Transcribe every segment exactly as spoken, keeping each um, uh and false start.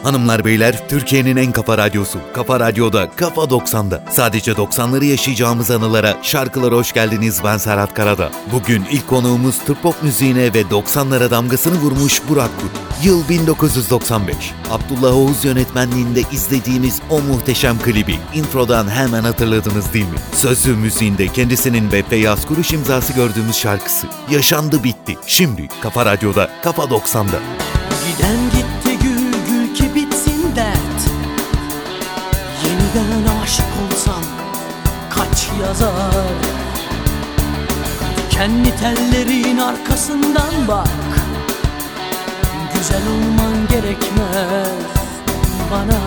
Hanımlar beyler, Türkiye'nin en kafa radyosu Kafa Radyo'da, Kafa doksan'da. Sadece doksanları yaşayacağımız anılara, şarkılara hoş geldiniz. Ben Serhat Karada. Bugün ilk konuğumuz Türk pop müziğine ve doksanlara damgasını vurmuş Burak Kut. Yıl bin dokuz yüz doksan beş. Abdullah Oğuz yönetmenliğinde izlediğimiz o muhteşem klibi introdan hemen hatırladınız değil mi? Sözü müziğinde kendisinin ve Feyyaz Kuruş imzası gördüğümüz şarkısı Yaşandı Bitti. Şimdi Kafa Radyo'da, Kafa doksan'da. Giden gitti gül gül ki bitsin dert. Yeniden aşık olsam kaç yazar. Kendi tellerin arkasından bak. Güzel olman gerekmez bana.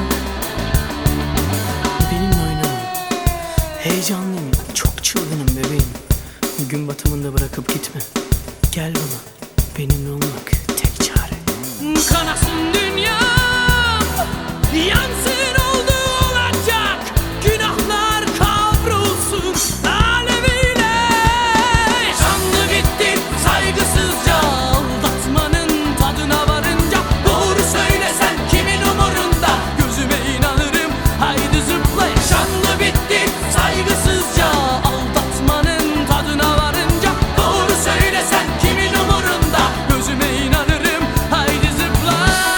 Benimle oynama. Heyecanlıyım, çok çılgınım bebeğim. Gün batımında bırakıp gitme. Gel bana, benimle olmak tek çare. Kanasın dünyam, yansın oldu olacak. Günahlar kavrulsun aleviyle. Yaşandı bitti saygısızca, aldatmanın tadına varınca. Doğru söylesen kimin umurunda, gözüme inanırım haydi zıpla. Yaşandı bitti saygısızca, aldatmanın tadına varınca. Doğru söylesen kimin umurunda, gözüme inanırım haydi zıpla.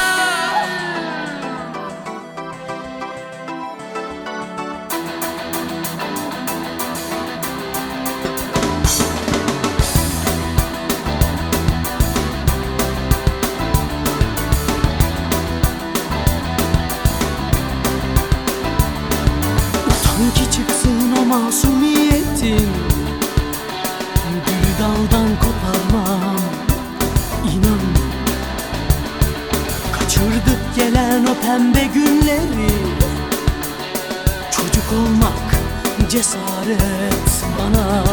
Utan ki çıksın o masumiyetin, gül daldan koparmam inan. Kaçırdık gelen o pembe günleri. Çocuk olmak cesaret bana.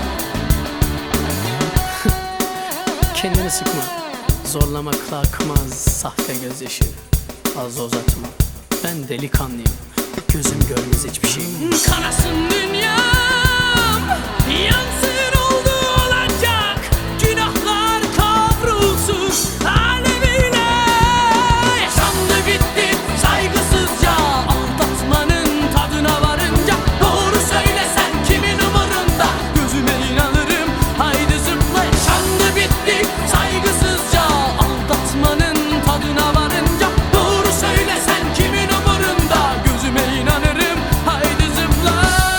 Kendini sıkma, zorlamakla akmaz sahte gözyaşı. Fazla uzatma, ben delikanlıyım, gözüm görmez hiçbir şey. Kanasın dünyam, yansın oldu olacak. Günahlar kavrulsun aleviyle. Yaşandı bitti saygısızca, aldatmanın tadına varınca. Doğru söylesen kimin umurunda, gözüme inanırım haydi zıpla. Yaşandı bitti saygısızca, aldatmanın tadına varınca. Doğru söylesen kimin umurunda, gözüme inanırım haydi zıpla.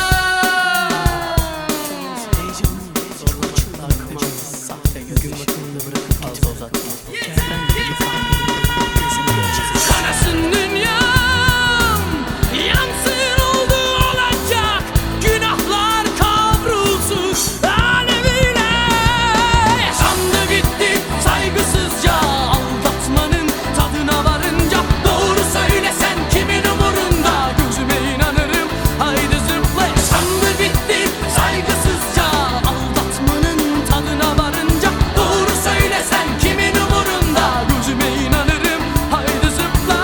Heyecanlıyım, zorlamakla akmaz sahte gözyaşı. Fazla uzatma, gel ben de ifadeyim, gözüm görmez. Kanasın dünyam, yansın oldu olacak. Günahlar kavrulsun aleviyle. Yaşandı bitti saygısızca, aldatmanın tadına varınca. Doğru söylesen kimin umurunda, gözüme inanırım haydi zıpla. Yaşandı bitti saygısızca, aldatmanın tadına varınca. Doğru söylesen kimin umurunda, gözüme inanırım haydi zıpla.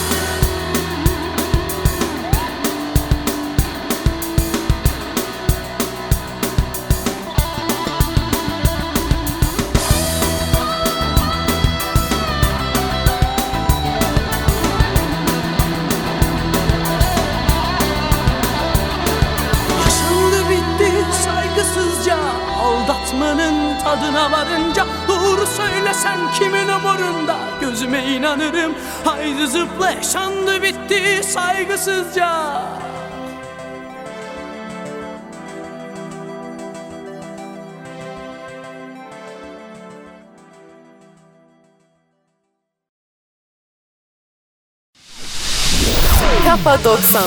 Yaşandı bitti saygısızca, aldatmanın tadına varınca. Doğru söylesen kimin umurunda, gözüme inanırım haydi zıpla. Yaşandı bitti saygısızca. Kafa doksan.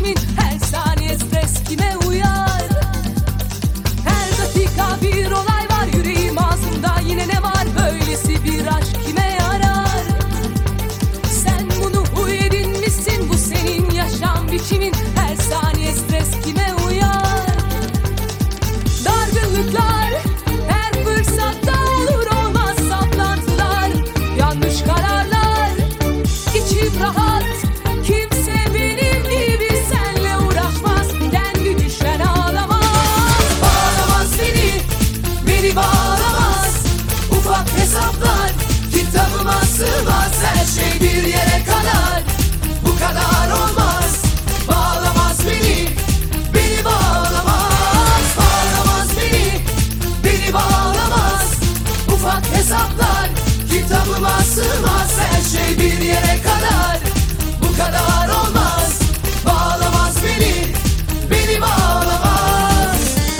biçimin, her saniye stres kime uyar? Her dakika bir olay var, yüreğim ağzımda, yine ne var? Böylesi bir aşk kime yarar? Sen bunu huy edinmişsin, bu senin yaşam biçimin, her saniye stres kime uyar? Dargınlıklar her fırsatta olur, olmaz saplantılar, yanlış kararlar. İçim rahat, kimse benim gibi senle uğraşmaz, kendi düşen ağlamaz. Bağlamaz beni, beni bağlamaz, ufak hesaplar kitabıma sığmaz, her şey bir yere kadar, bu kadar olmaz. Bağlamaz beni, beni bağlamaz, bağlamaz beni, beni bağlamaz, ufak hesaplar kitabıma sığmaz, her şey bir yere kadar, bu kadar olmaz. Bağlamaz beni, beni bağlamaz.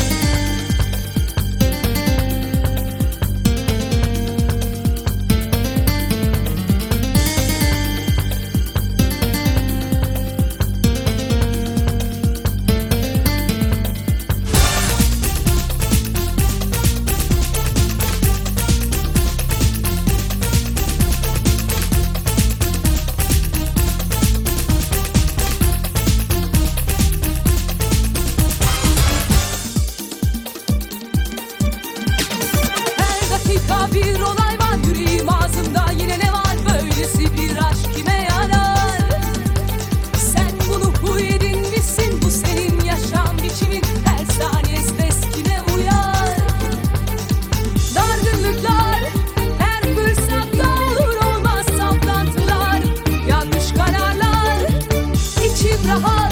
Her dakika bir olay var, yüreğim ağzımda, yine ne var? Böylesi bir aşk kime yarar? Sen bunu huy edinmişsin, bu senin yaşam biçimin, her saniye stres kime uyar? Dargınlıklar her fırsatta olur, olmaz saplantılar, yanlış kararlar. İçim rahat,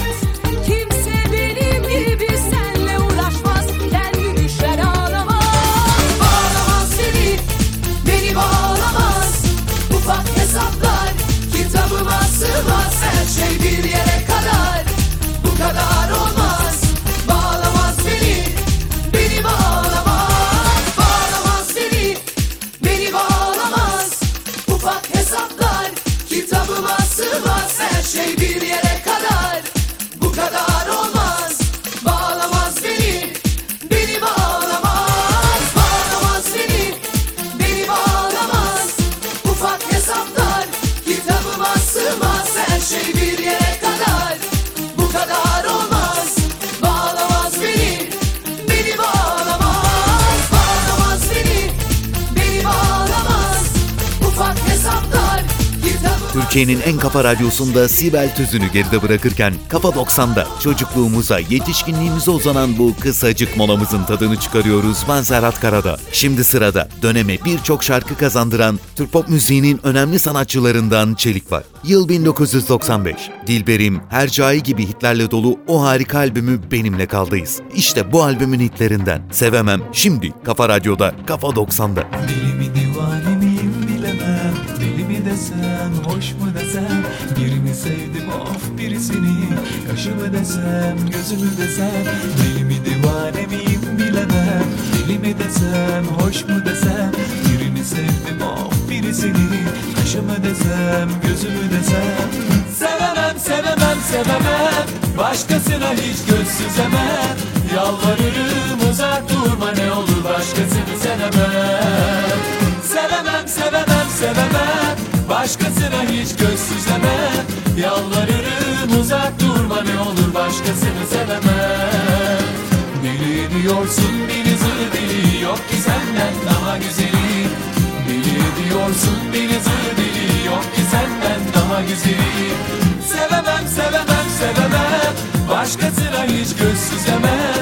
kimse benim gibi senle uğraşmaz, kendi düşer ağlamaz. Bağlamaz seni, beni bağlamaz, ufak hesaplar kitabıma sığmaz, her şey bir yere kadar, bu kadar olmaz. Bağlamaz beni, beni bağlamaz, bağlamaz beni, beni bağlamaz, ufak hesaplar kitabıma sığmaz, her şey bir yere kadar, bu kadar olmaz. Bağlamaz beni, beni bağlamaz, bağlamaz beni, beni bağlamaz, ufak hesaplar kitabıma sığmaz, her şey bir yere kadar, bu kadar olmaz. Bağlamaz beni, beni bağlamaz, bağlamaz beni, beni bağlamaz, ufak hesaplar kitabıma. Türkiye'nin en kafa radyosunda Sibel Tüzün'ü geride bırakırken Kafa doksan'da çocukluğumuza, yetişkinliğimize uzanan bu kısacık molamızın tadını çıkarıyoruz. Ben Serhat Karada. Şimdi sırada döneme birçok şarkı kazandıran Türk pop müziğinin önemli sanatçılarından Çelik var. Yıl bin dokuz yüz doksan beş. Dilberim, Hercai gibi hitlerle dolu o harika albümü Benimle Kaldayız. İşte bu albümün hitlerinden Sevemem şimdi Kafa Radyo'da, Kafa doksan'da. Deli mi divane miyim bilemem, deli mi desem, hoş mu desem, birini sevdim of birisini, kaşı mı desem, gözü mü desem, deli mi divane miyim bilemem, deli mi desem, hoş mu desem, birini sevdim of birisini, kaşı mı desem, gözü mü desem. Sevemem, sevemem, sevemem, başkasına hiç göz süzemem, yalvarırım uzak durma ne olur başkasını sevemem. Sevemem, sevemem, sevemem, başkasına hiç göz süzemem, yalvarırım uzak durma ne olur başkasını sevemem. Deli ediyorsun beni zır deli, yok ki senden daha güzeli. Deli ediyorsun beni zır deli, yok ki senden daha güzeli. Sevemem, sevemem, sevemem, başkasına hiç göz süzemem,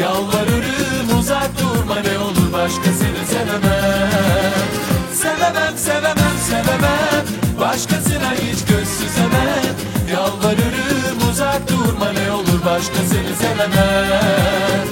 yalvarırım uzak durma ne olur başkasını sevemem. Sevemem, sevemem, sevemem, başkasına hiç göz süzemem, yalvarırım uzak durma ne olur başkasını sevemem.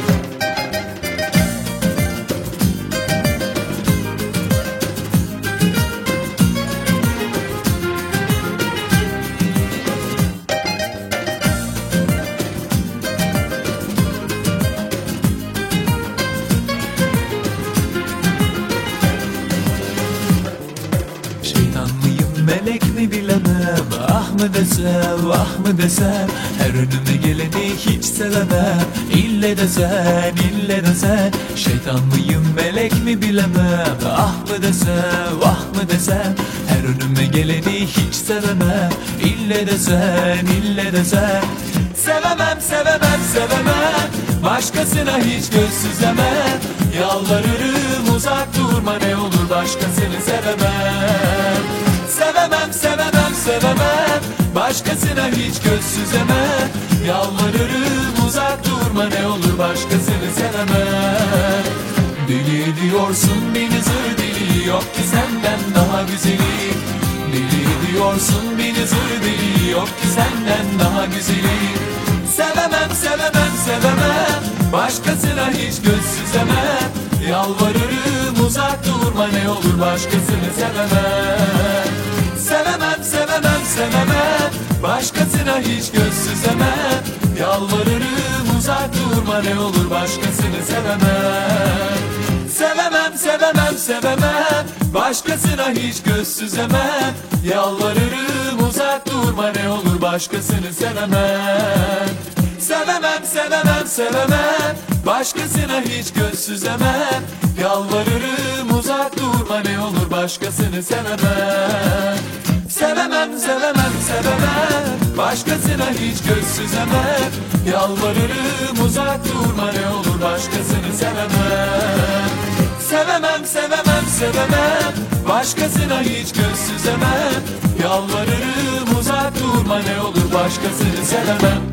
mı desem, vah mı desem, her önüme geleni hiç sevemem. İlle desen, ille desen, şeytan mıyım melek mi bilemem. Ah mı desem, vah mı desem, her önüme geleni hiç sevemem. İlle desen, ille desen, sevemem, sevemem, sevemem, başkasına hiç göz süzemem. Yalvarırım uzak durma, ne olur başkasını sevemem. Sevemem, sevemem, sevemem, başkasına hiç göz süzemem. Yalvarırım uzak durma, ne olur başkasını sevemem. Deli ediyorsun beni, zır deli, yok ki senden daha güzeli. Deli ediyorsun beni, zır deli, yok ki senden daha güzeli. Sevemem, sevemem, sevemem, başkasına hiç göz süzemem. Yalvarırım uzak durma, ne olur başkasını sevemem. Sevemem, sevemem, sevemem, başkasına hiç göz süzemem. Yalvarırım uzak durma, ne olur başkasını sevemem. Sevemem, sevemem, sevemem, başkasına hiç göz süzemem. Yalvarırım uzak durma, ne olur başkasını sevemem. Sevemem, sevemem, sevemem, başkasına hiç göz süzemem. Yalvarırım uzak durma, ne olur başkasını sevemem. Sevemem, sevemem, sevemem, başkasına hiç göz süzemem. Yalvarırım uzak durma, ne olur başkasını sevemem. Sevemem, sevemem, sevemem, başkasına hiç göz süzemem. Yalvarırım uzak durma, ne olur başkasını sevemem.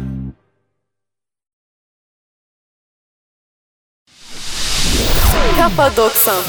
Kafa doksan.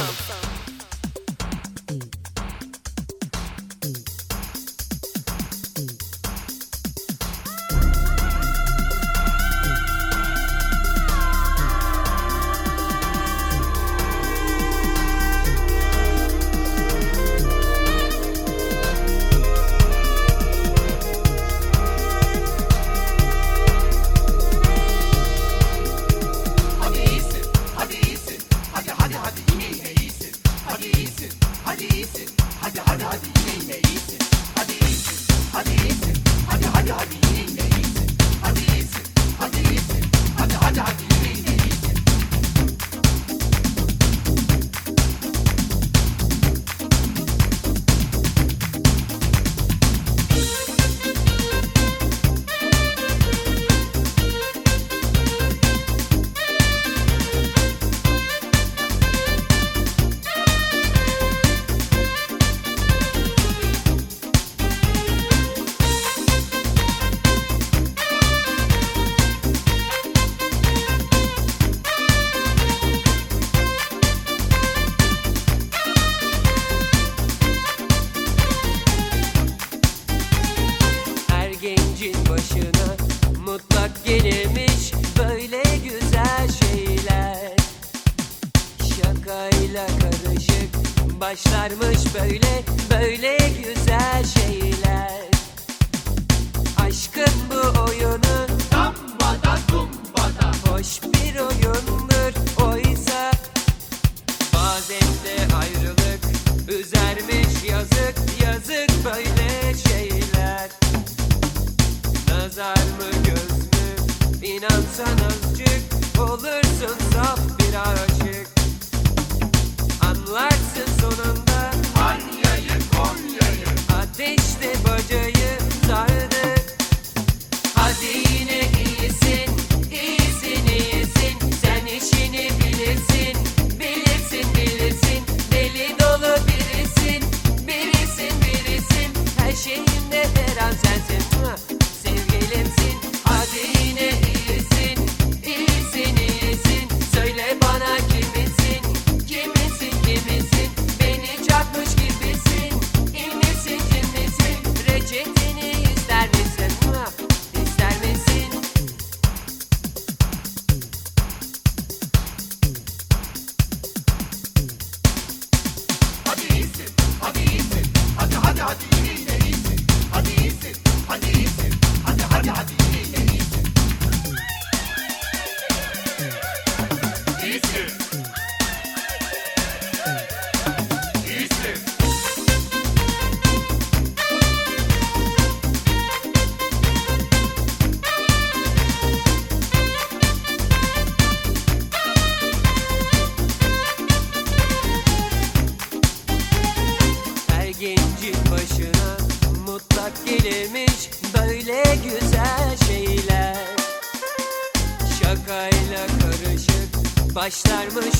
Başlarmış böyle böyle güzel şeyler. Aşkın bu oyunu dambada dumbada, hoş bir oyundur oysa. Bazen de ayrılık üzermiş, yazık yazık böyle şeyler. Nazar mı göz mü, inansan azıcık olursun saf bir aşık. Anlarsın sonunda Hanya'yı Konya'yı, ateşte bacayı sardı. Hadi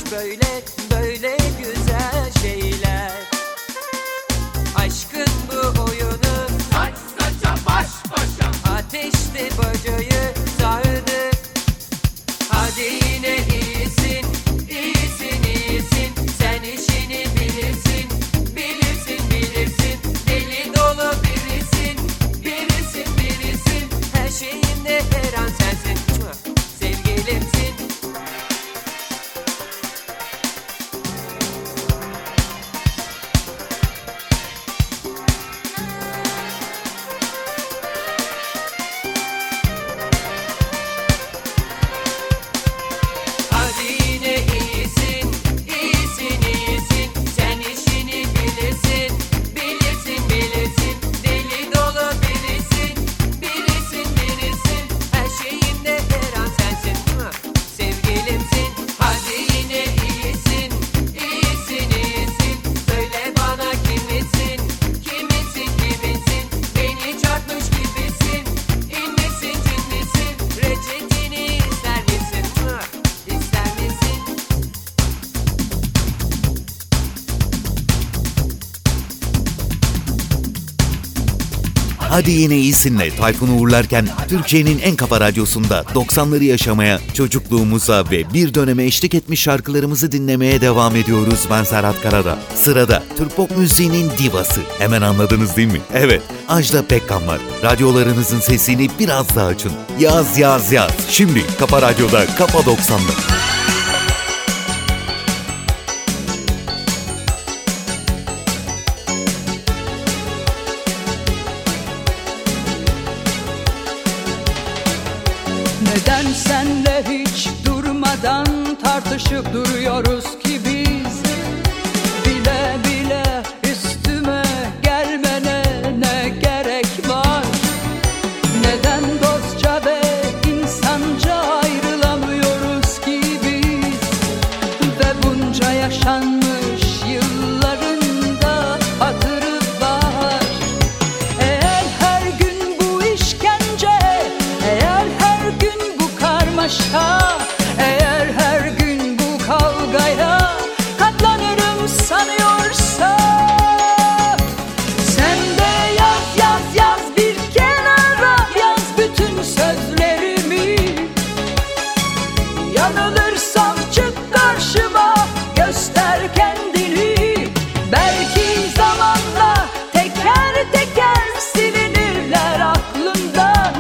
böyle böyle güzel şeyler. Aşkın bu oyunu saç saça baş başa, ateşte bacayı sardık. Hadi yine iyisin, iyisin, iyisin. Sen işini bilirsin, bilirsin, bilirsin. Deli dolu birisin, birisin, birisin. Her şeyimde her an sensin, sevgilimsin. Hadi yine iyisinle Tayfun'u uğurlarken Türkiye'nin en kafa radyosunda doksanları yaşamaya, çocukluğumuza ve bir döneme eşlik etmiş şarkılarımızı dinlemeye devam ediyoruz. Ben Serhat Karada. Sırada Türk pop müziğinin divası. Hemen anladınız değil mi? Evet, Ajda Pekkan var. Radyolarınızın sesini biraz daha açın. Yaz yaz yaz. Şimdi Kafa Radyo'da Kafa doksanda. Neden senle hiç durmadan tartışıp duruyoruz ki biz? Bile bile üstüme gelmene ne gerek var? Neden dostça ve insanca ayrılamıyoruz ki biz? Ve bunca yaşanmış yıllarında hatırı var. Eğer her gün bu işkence, eğer her gün bu karmaşa, eğer her gün bu kavgaya katlanırım sanıyorsa, sen de yaz yaz yaz bir kenara, yaz bütün sözlerimi. Yanılırsam çık karşıma, göster kendini. Belki zamanla teker teker silinirler aklımdan.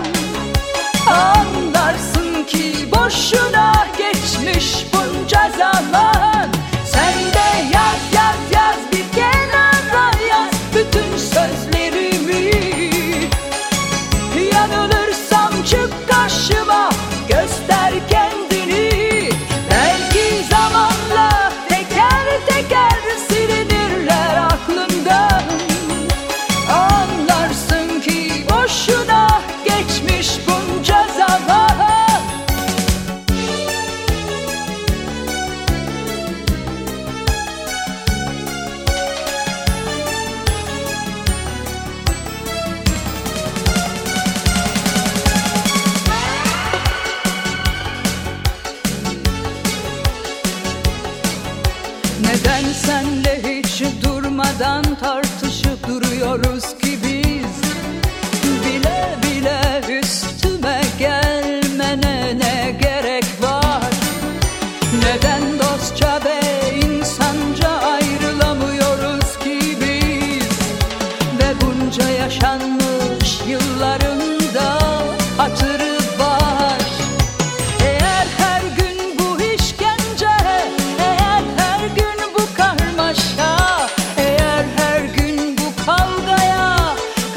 Anlarsın ki boşuna geçmiş bunca zaman. Sen de yaz yaz yaz bir kenara, yaz bütün sözlerimi. Yanılırsam çık karşıma, göster kendini. Belki zamanla teker teker silinirler aklımdan. Anlarsın ki boşuna geçmiş bunca zaman. Neden senle hiç durmadan tartışıp duruyoruz ki biz? Bile bile üstüme gelmene ne gerek var? Neden dostça ve insanca ayrılamıyoruz ki biz? Ve bunca yaşanmış yıllarında hatırı var. Eğer her gün bu işkence, eğer her gün bu karmaşa, eğer her gün bu kavgaya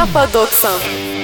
Kafa doksan.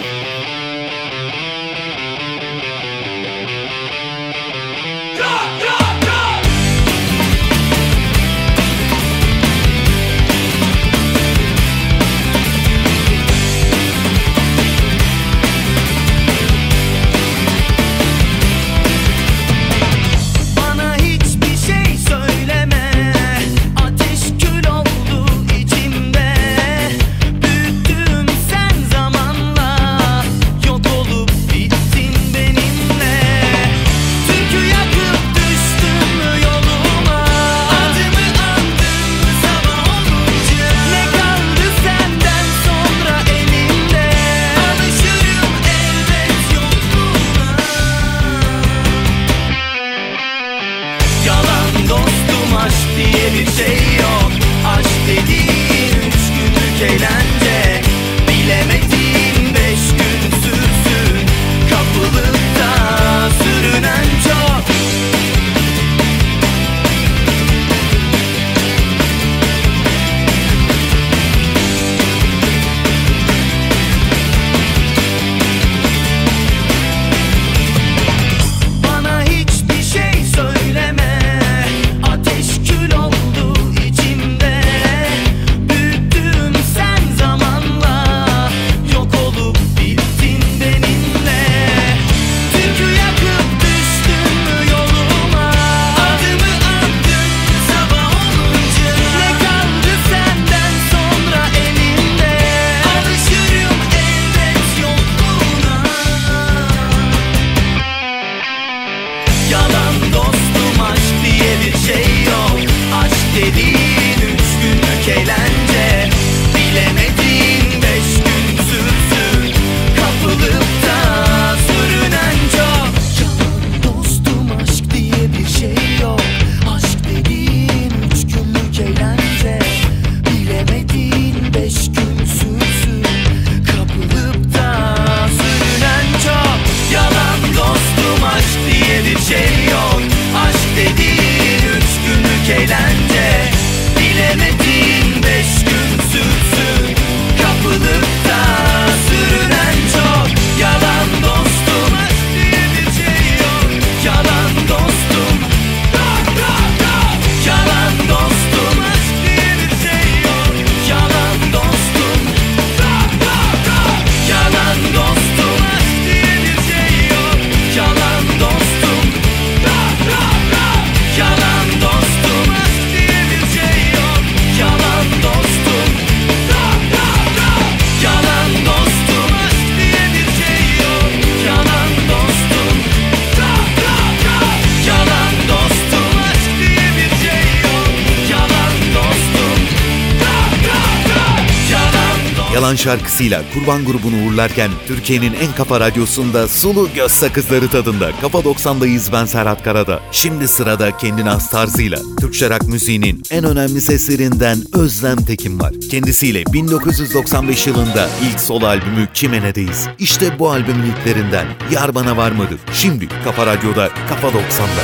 Yalan şarkısıyla Kurban grubunu uğurlarken Türkiye'nin en kafa radyosunda sulu göz sakızları tadında Kafa doksandayız, ben Serhat Karada. Şimdi sırada kendine has tarzıyla Türkçe rock müziğinin en önemli seslerinden Özlem Tekin var. Kendisiyle bin dokuz yüz doksan beş yılında ilk solo albümü Kime Ne'deyiz. İşte bu albümün ilklerinden Yar Bana Var Mıdır? Şimdi Kafa Radyo'da, Kafa doksanda.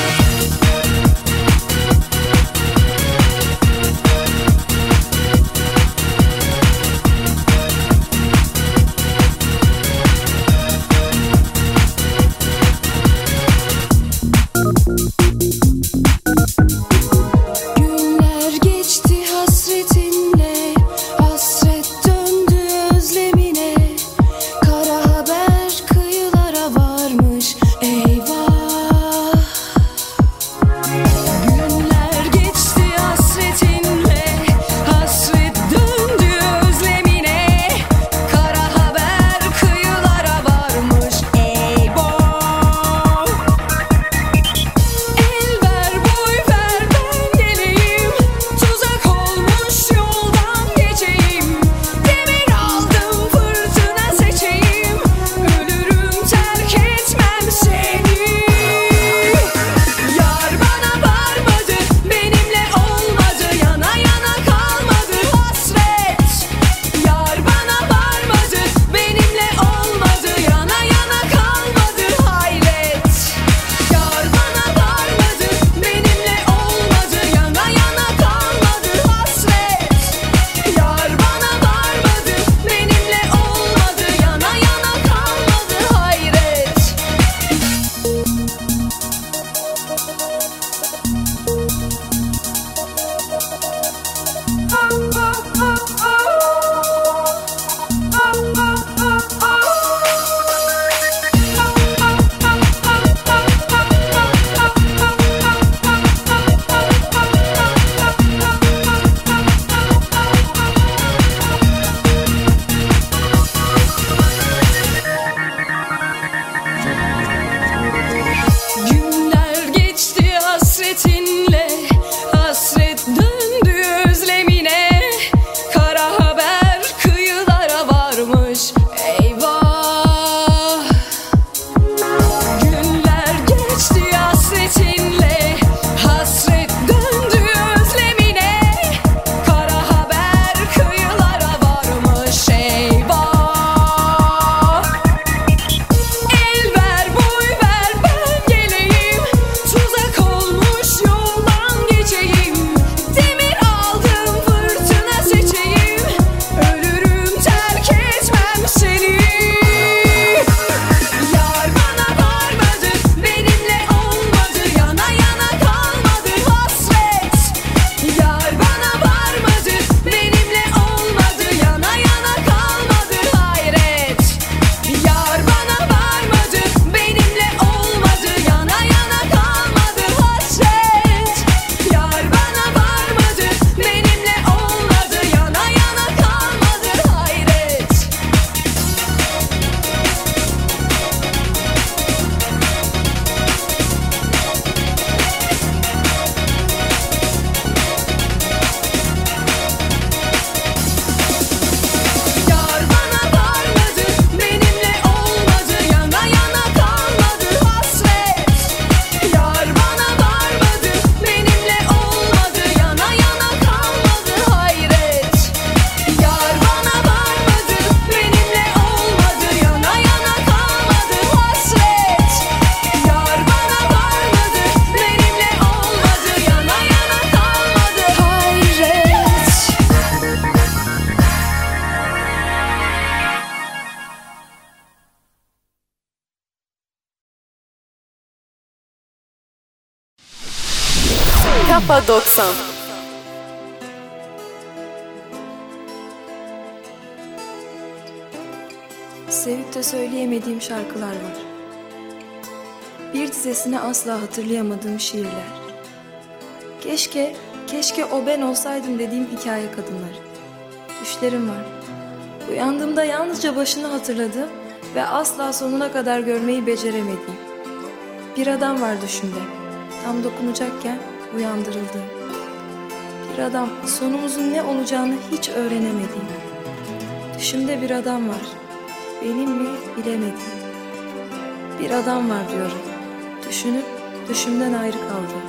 Eyvah Kafa doksan. Sevip de söyleyemediğim şarkılar var. Bir dizesini asla hatırlayamadığım şiirler. Keşke, keşke o ben olsaydım dediğim hikaye kadınları. Düşlerim var. Uyandığımda yalnızca başını hatırladığım ve asla sonuna kadar görmeyi beceremediğim. Bir adam var düşümde. Tam dokunacakken uyandırıldı. Bir adam, sonumuzun ne olacağını hiç öğrenemediğim. Düşümde bir adam var. Benim mi bilemediğim. Bir adam var diyorum. Düşünüp düşümden ayrı kaldı.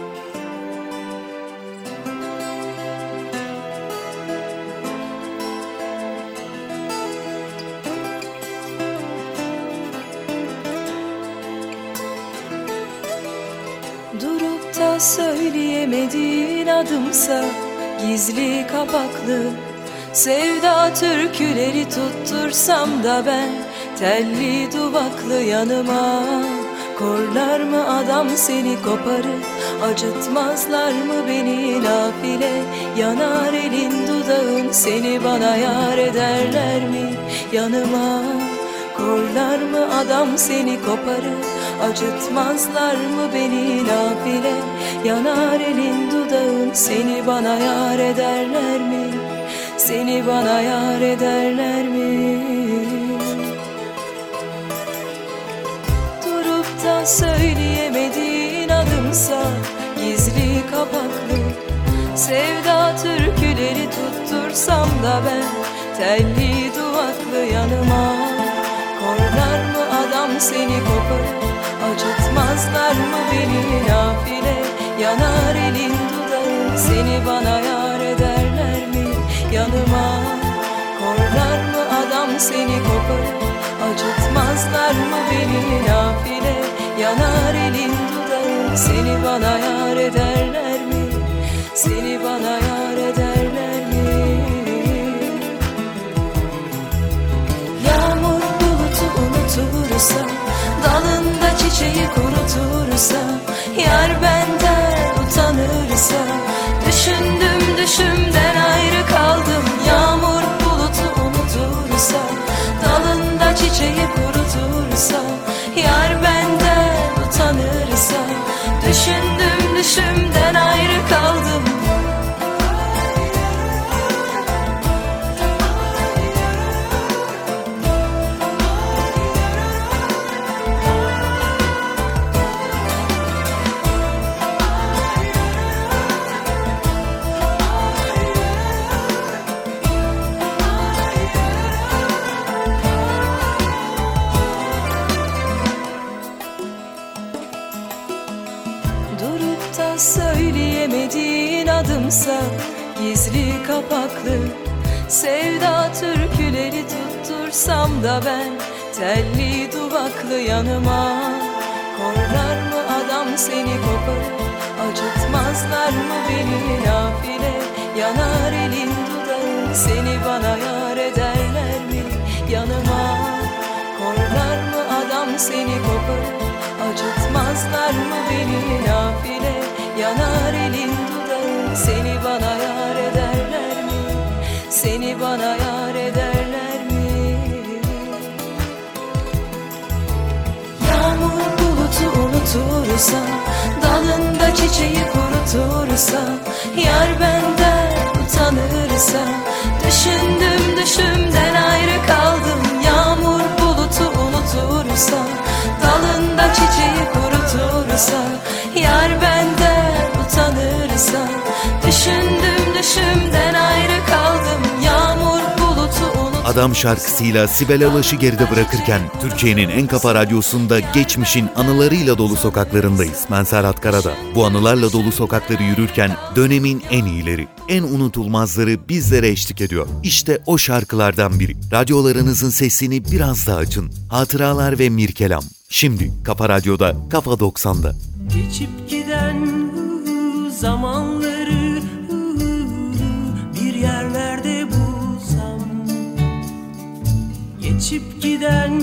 Durup da söyleyemediğin adımsa gizli kapaklı sevda türküleri tuttursam da ben telli duvaklı yanıma. Korlar mı adam seni koparır, acıtmazlar mı beni nafile? Yanar elin dudağın, seni bana yar ederler mi yanıma? Korlar mı adam seni koparır, acıtmazlar mı beni nafile? Yanar elin dudağın, seni bana yar ederler mi? Seni bana yar ederler mi? Durup da söyleyemediğin adımsa gizli kapaklı sevda türküleri tuttursam da ben telli duvaklı yanıma. Korlar mı adam seni koparır, acıtmazlar mı beni nafile? Yanar elin dudağın, seni bana yar ederler mi yanıma? Korlar mı adam seni koparır, acıtmazlar mı beni nafile? Yanar elin dudağın, seni bana yar ederler mi? Seni bana yar ederler mi? Yağmur bulutu unutursa, dalında çiçeği kurutursa, yar benden utanırsa, düşündüm düşümden ayrı kaldım. Yağmur bulutu unutursa, dalında çiçeği kurutursa, yar benden utanırsa, düşündüm düşümden ayrı kaldım. Durup da söyleyemediğin adımsa gizli kapaklı sevda türküleri tuttursam da ben telli duvaklı yanıma. Korlar mı adam seni koparır, acıtmazlar mı beni nafile? Yanar elin dudağın, seni bana yar ederler mi yanıma? Korlar mı adam seni koparır, acıtmazlar mı beni nafile? Yanar elin dudağın, seni bana yar ederler mi? Seni bana yar ederler mi? Yağmur bulutu unutursa, dalında çiçeği kurutursa, yar benden utanırsa, düşündüm düşümden ayrı kaldım. Yağmur bulutu unutursa, dalında çiçeği kurutursa, yar benden utanırsa, düşündüm düşümden ayrı kaldım. Yağmur bulutu unutursa. Adam şarkısıyla Sibel Alaş'ı geride bırakırken Türkiye'nin en kafa radyosunda geçmişin anılarıyla dolu sokaklarındayız. Ben Serhat Karada. Bu anılarla dolu sokakları yürürken dönemin en iyileri, en unutulmazları bizlere eşlik ediyor. İşte o şarkılardan biri. Radyolarınızın sesini biraz daha açın. Hatıralar ve Mirkelam. Şimdi Kafa Radyo'da, Kafa doksanda. Geçip giden zamanları bir yerlerde bulsam, geçip giden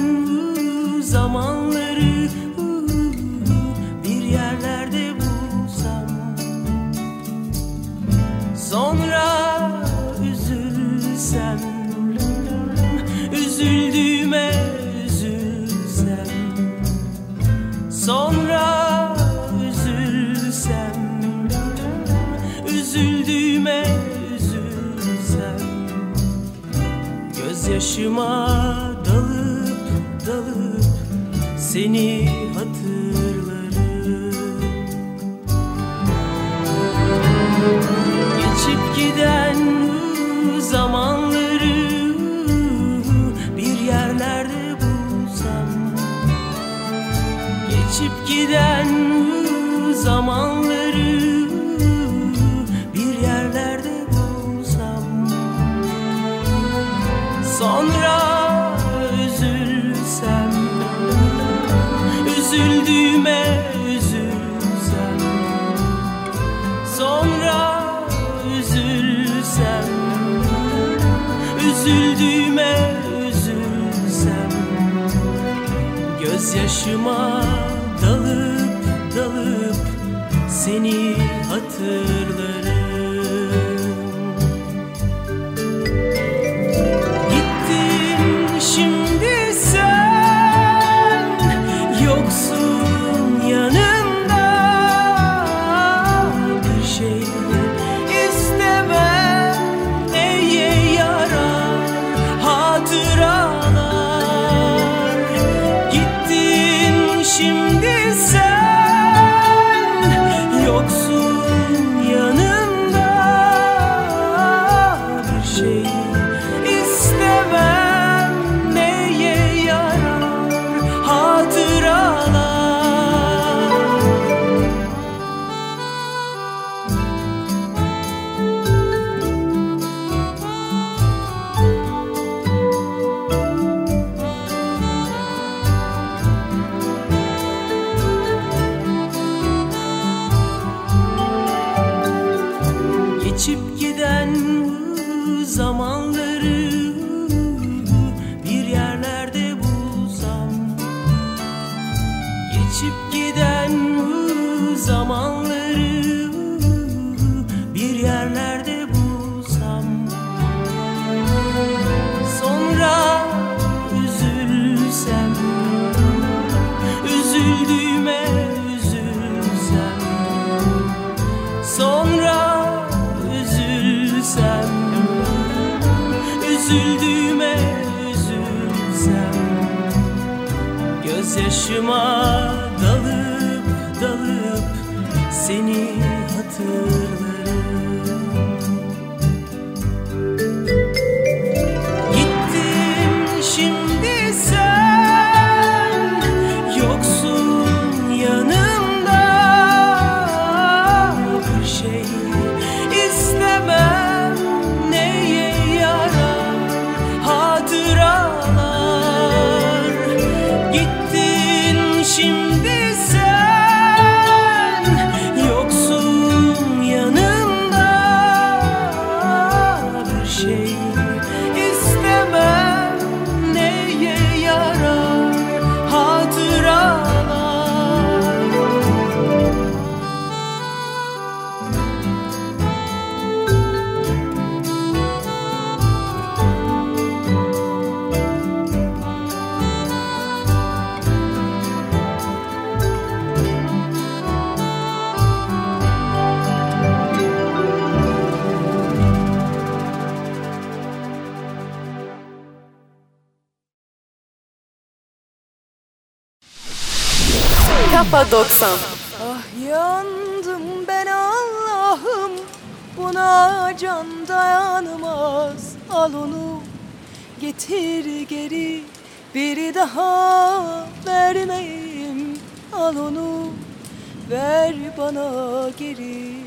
zamanları bir yerlerde bulsam, Sonra üzülsem, üzüldüğüme üzülsem, gözyaşıma dalıp dalıp seni hatırlarım. Geçip giden zamanları bir yerlerde bulsam, geçip giden zamanları bir yerlerde bulsam, sonra üzülsem, üzüldüğüme üzülsem, sonra üzülsem, üzüldüğüme üzülsem, gözyaşıma dalıp dalıp seni hatırlarım. Gittin şimdi sen, yoksun yanında, bir şey istemem, neye yarar hatıralar. Gittin şimdi sen, yoksun yanında, bir şey istemem, neye yarar hatıralar. Geçip giden zamanları bir yerlerde bulsam, geçip giden zamanları bir yerlerde bulsam, sonra üzülsem, üzüldüğüme üzülsem, sonra üzülsem, üzüldüğüme üzülsem, gözyaşıma dalıp dalıp seni hatırlarım. Gittin şimdi sen, yoksun yanımda, bir şey istemem, neye yarar hatıralar. Gittin şimdi sen, yoksun yanımda, bir şey istemem, neye yarar hatıralar. Kafa doksan. Ah yandım ben Allah'ım, buna can dayanmaz. Al onu getir geri, biri daha vermeyeyim. Al onu ver bana geri.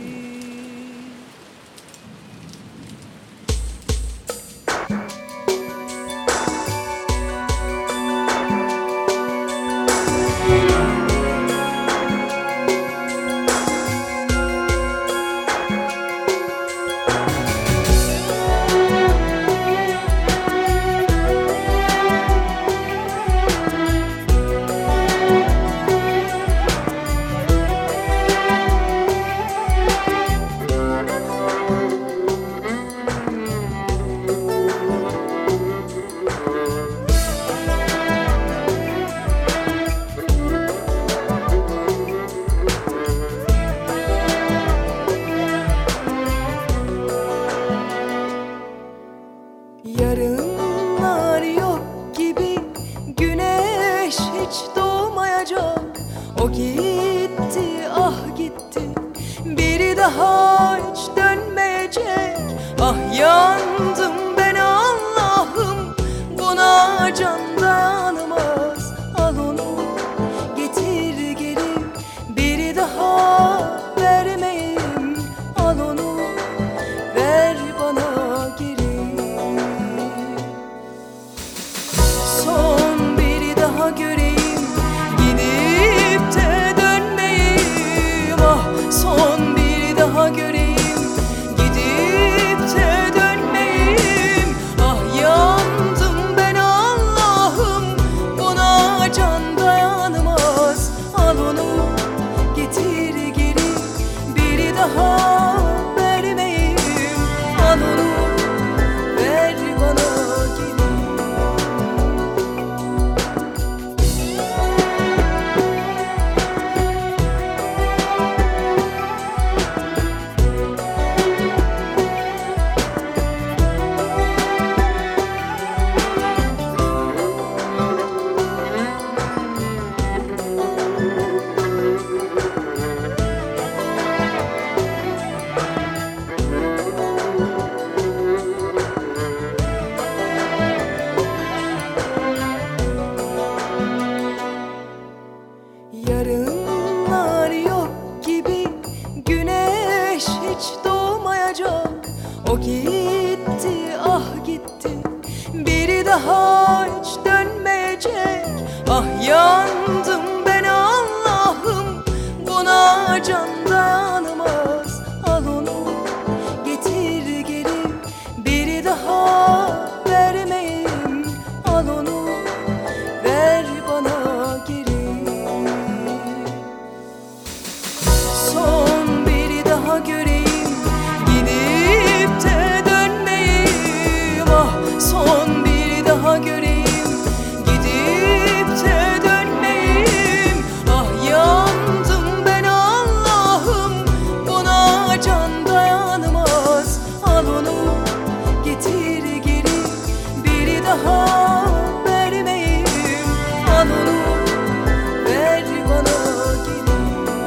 O gitti, ah gitti, biri daha hiç dönmeyecek. Ah yandım ben Allah'ım, buna can dayanamaz. Al onu getir geri, biri daha vermeyeyim. Al onu ver bana geri. Son biri daha göreyim, gidip de dönmeyeyim. Ah son biri daha göreyim, gidip de dönmeyeyim. Ah yandım ben Allah'ım, buna can dayanamaz. Al onu getir geri, biri daha vermeyeyim. Al onu ver bana geri. Yarınlar yok gibi, güneş hiç doğmayacak. O gitti, ah gitti, biri daha hiç dönmeyecek. Ah yandım ben Allah'ım, buna can dayanamaz. Al onu getir geri, biri daha vermeyeyim. Al onu ver bana geri. Son biri daha göreyim, gidip de dönmeyeyim. Ah son biri daha göreyim, gidip de dönmeyeyim. Ah yandım ben Allah'ım, buna can dayanamaz. Al onu getir geri, biri daha vermeyeyim. Al onu ver bana geri.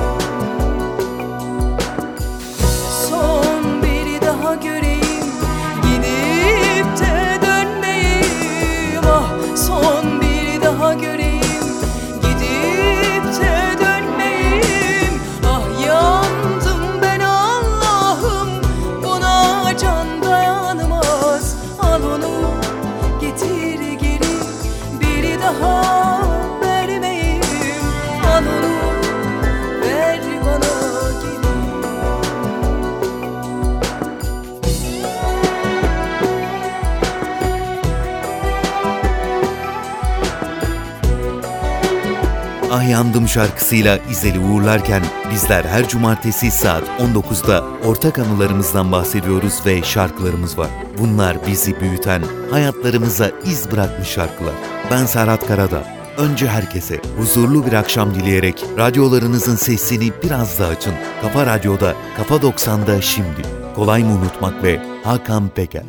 Son biri daha göreyim, gidip de dönmeyeyim. Ah son biri daha göreyim, gidip de dönmeyeyim. Ah yandım ben Allah'ım, buna can dayanamaz. Al onu getir geri, biri daha vermeyeyim. Al onu ver bana geri. Ah Yandım şarkısıyla İzel'i uğurlarken bizler her cumartesi saat on dokuzda ortak anılarımızdan bahsediyoruz ve şarkılarımız var. Bunlar bizi büyüten, hayatlarımıza iz bırakmış şarkılar. Ben Serhat Karadağ. Önce herkese huzurlu bir akşam dileyerek radyolarınızın sesini biraz daha açın. Kafa Radyo'da, Kafa doksanda şimdi. Kolay mı unutmak ve Hakan Peker.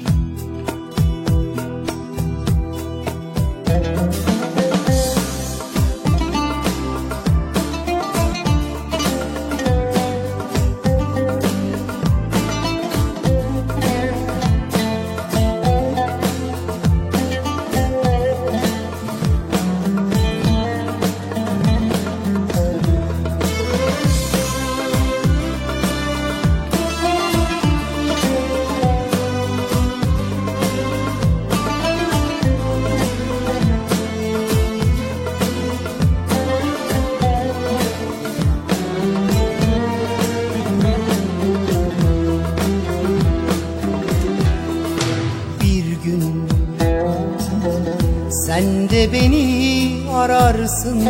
Sen de beni ararsın,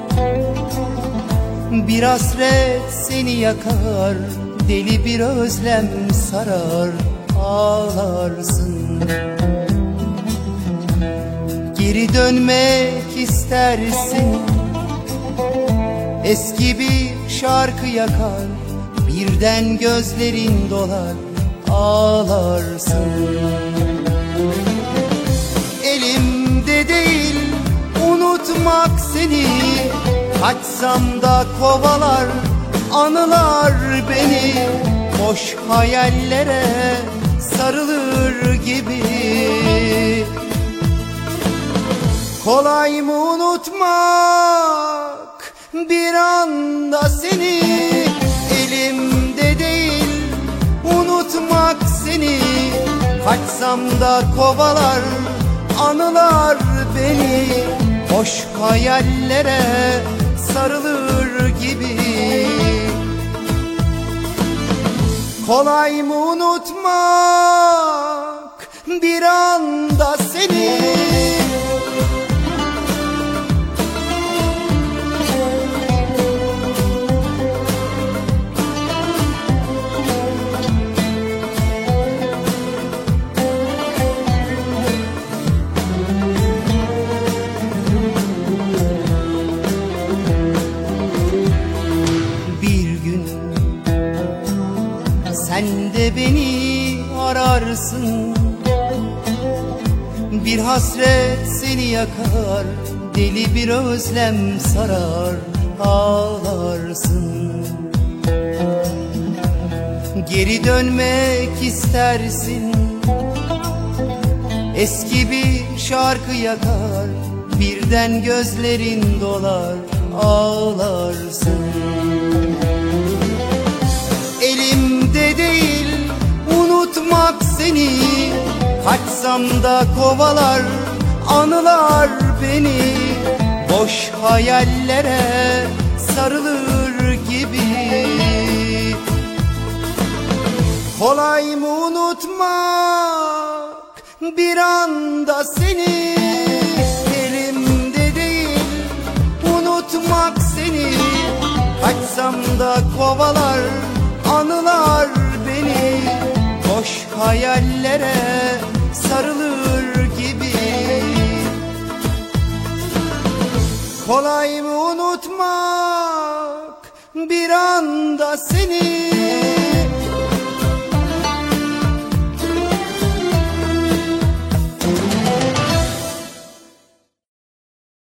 bir hasret seni yakar, deli bir özlem sarar, ağlarsın. Geri dönmek istersin, eski bir şarkı yakar, birden gözlerin dolar, ağlarsın. Elimde değil unutmak seni, Kaçsam da kovalar anılar beni, boş hayallere sarılır gibi. Kolay mı unutmak bir anda seni? Elimde değil unutmak seni. Kaçsam da kovalar anılar beni, boş hayallere sarılır gibi. Kolay mı unutmak bir anda seni? Sen de beni ararsın, bir hasret seni yakar, deli bir özlem sarar, ağlarsın. Geri dönmek istersin, eski bir şarkı yakar, birden gözlerin dolar, ağlarsın. Elimde değil unutmak seni, kaçsam da kovalar anılar beni, boş hayallere sarılır gibi. Kolay mı unutmak bir anda seni? Elimde değil unutmak seni, kaçsam da kovalar anılar beni, boş hayallere sarılır gibi. Kolay mı unutmak bir anda seni?